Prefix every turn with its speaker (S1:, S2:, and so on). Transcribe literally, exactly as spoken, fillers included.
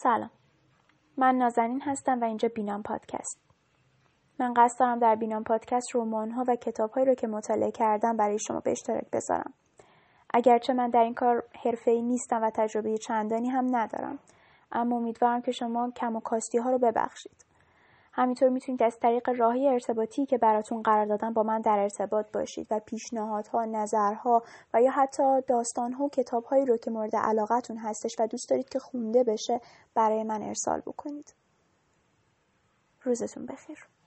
S1: سلام. من نازنین هستم و اینجا بینام پادکست. من قصد دارم در بینام پادکست رمان‌ها و کتاب‌هایی رو که مطالعه کردم برای شما به اشتراک بذارم. اگرچه من در این کار حرفه‌ای نیستم و تجربه چندانی هم ندارم، اما امیدوارم که شما کم و کاستی‌ها رو ببخشید. همینطور میتونید از طریق راهی ارتباطی که براتون قرار دادم با من در ارتباط باشید و پیشنهادها، نظرها و یا حتی داستان‌ها و کتاب‌هایی رو که مورد علاقتون هستش و دوست دارید که خونده بشه برای من ارسال بکنید. روزتون بخیر.